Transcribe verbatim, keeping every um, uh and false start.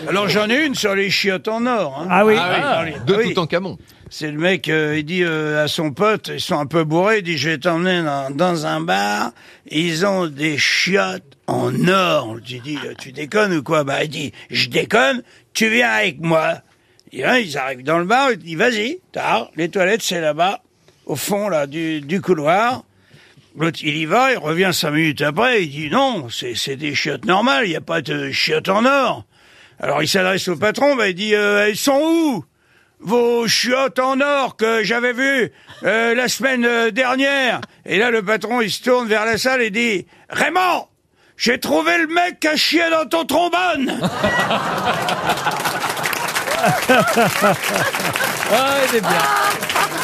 Alors j'en ai une sur les chiottes en or. Hein. Ah oui. Ah oui, de oui. Toutankhamon. C'est le mec, euh, il dit euh, à son pote, ils sont un peu bourrés, il dit je vais t'emmener dans, dans un bar, ils ont des chiottes en or. Tu dis, tu déconnes ou quoi? Bah il dit, je déconne, tu viens avec moi. Et là, ils arrivent dans le bar, il dit vas-y, tard, les toilettes c'est là-bas, au fond là du, du couloir. L'autre il y va, il revient cinq minutes après, il dit non, c'est, c'est des chiottes normales, il n'y a pas de chiottes en or. Alors il s'adresse au patron, bah il dit euh, elles sont où vos chiottes en or que j'avais vues euh, la semaine euh, dernière? Et là, le patron, il se tourne vers la salle et dit « Raymond, j'ai trouvé le mec qui a chié dans ton trombone !» Ah, il est bien.